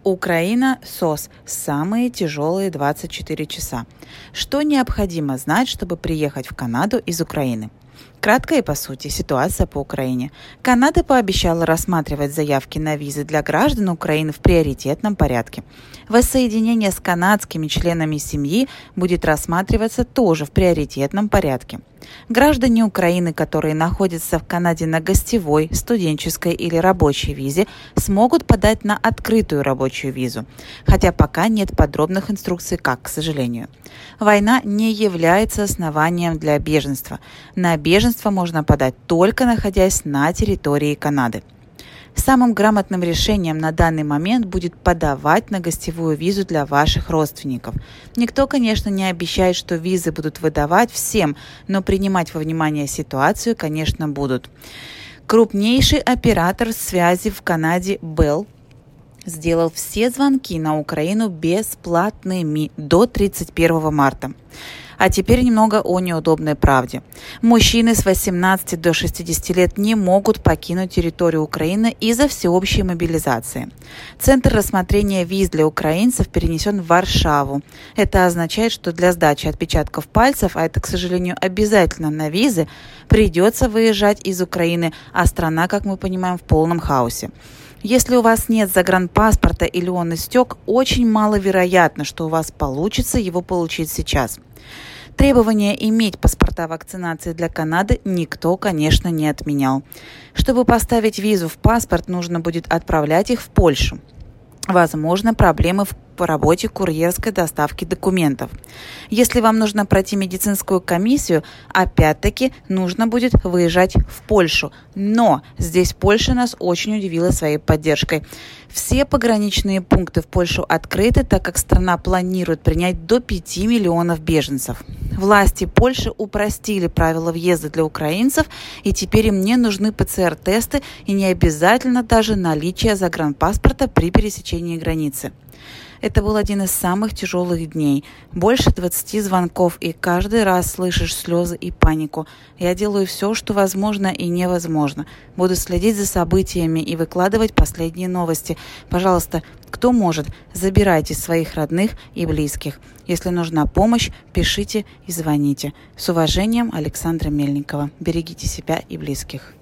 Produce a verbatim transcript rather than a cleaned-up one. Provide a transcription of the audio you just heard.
Украина, СОС. Самые тяжелые двадцать четыре часа. Что необходимо знать, чтобы приехать в Канаду из Украины? Кратко и по сути, ситуация по Украине. Канада пообещала рассматривать заявки на визы для граждан Украины в приоритетном порядке. Воссоединение с канадскими членами семьи будет рассматриваться тоже в приоритетном порядке. Граждане Украины, которые находятся в Канаде на гостевой, студенческой или рабочей визе, смогут подать на открытую рабочую визу, хотя пока нет подробных инструкций как, к сожалению. Война не является основанием для беженства. На беженство можно подать только находясь на территории Канады. Самым грамотным решением на данный момент будет подавать на гостевую визу для ваших родственников. Никто, конечно, не обещает, что визы будут выдавать всем, но принимать во внимание ситуацию, конечно, будут. Крупнейший оператор связи в Канаде Bell сделал все звонки на Украину бесплатными до тридцать первого марта. А теперь немного о неудобной правде. Мужчины с восемнадцати до шестидесяти лет не могут покинуть территорию Украины из-за всеобщей мобилизации. Центр рассмотрения виз для украинцев перенесен в Варшаву. Это означает, что для сдачи отпечатков пальцев, а это, к сожалению, обязательно на визы, придется выезжать из Украины, а страна, как мы понимаем, в полном хаосе. Если у вас нет загранпаспорта или он истек, очень маловероятно, что у вас получится его получить сейчас. Требование иметь паспорта вакцинации для Канады никто, конечно, не отменял. Чтобы поставить визу в паспорт, нужно будет отправлять их в Польшу. Возможно, проблемы в работе курьерской доставки документов. Если вам нужно пройти медицинскую комиссию, опять-таки нужно будет выезжать в Польшу. Но здесь Польша нас очень удивила своей поддержкой. Все пограничные пункты в Польшу открыты, так как страна планирует принять до пяти миллионов беженцев. Власти Польши упростили правила въезда для украинцев, и теперь им не нужны ПЦР-тесты и не обязательно даже наличие загранпаспорта при пересечении границы. Это был один из самых тяжелых дней. Больше двадцати звонков, и каждый раз слышишь слезы и панику. Я делаю все, что возможно и невозможно. Буду следить за событиями и выкладывать последние новости. Пожалуйста, кто может, забирайте своих родных и близких. Если нужна помощь, пишите и звоните. С уважением, Александра Мельникова. Берегите себя и близких.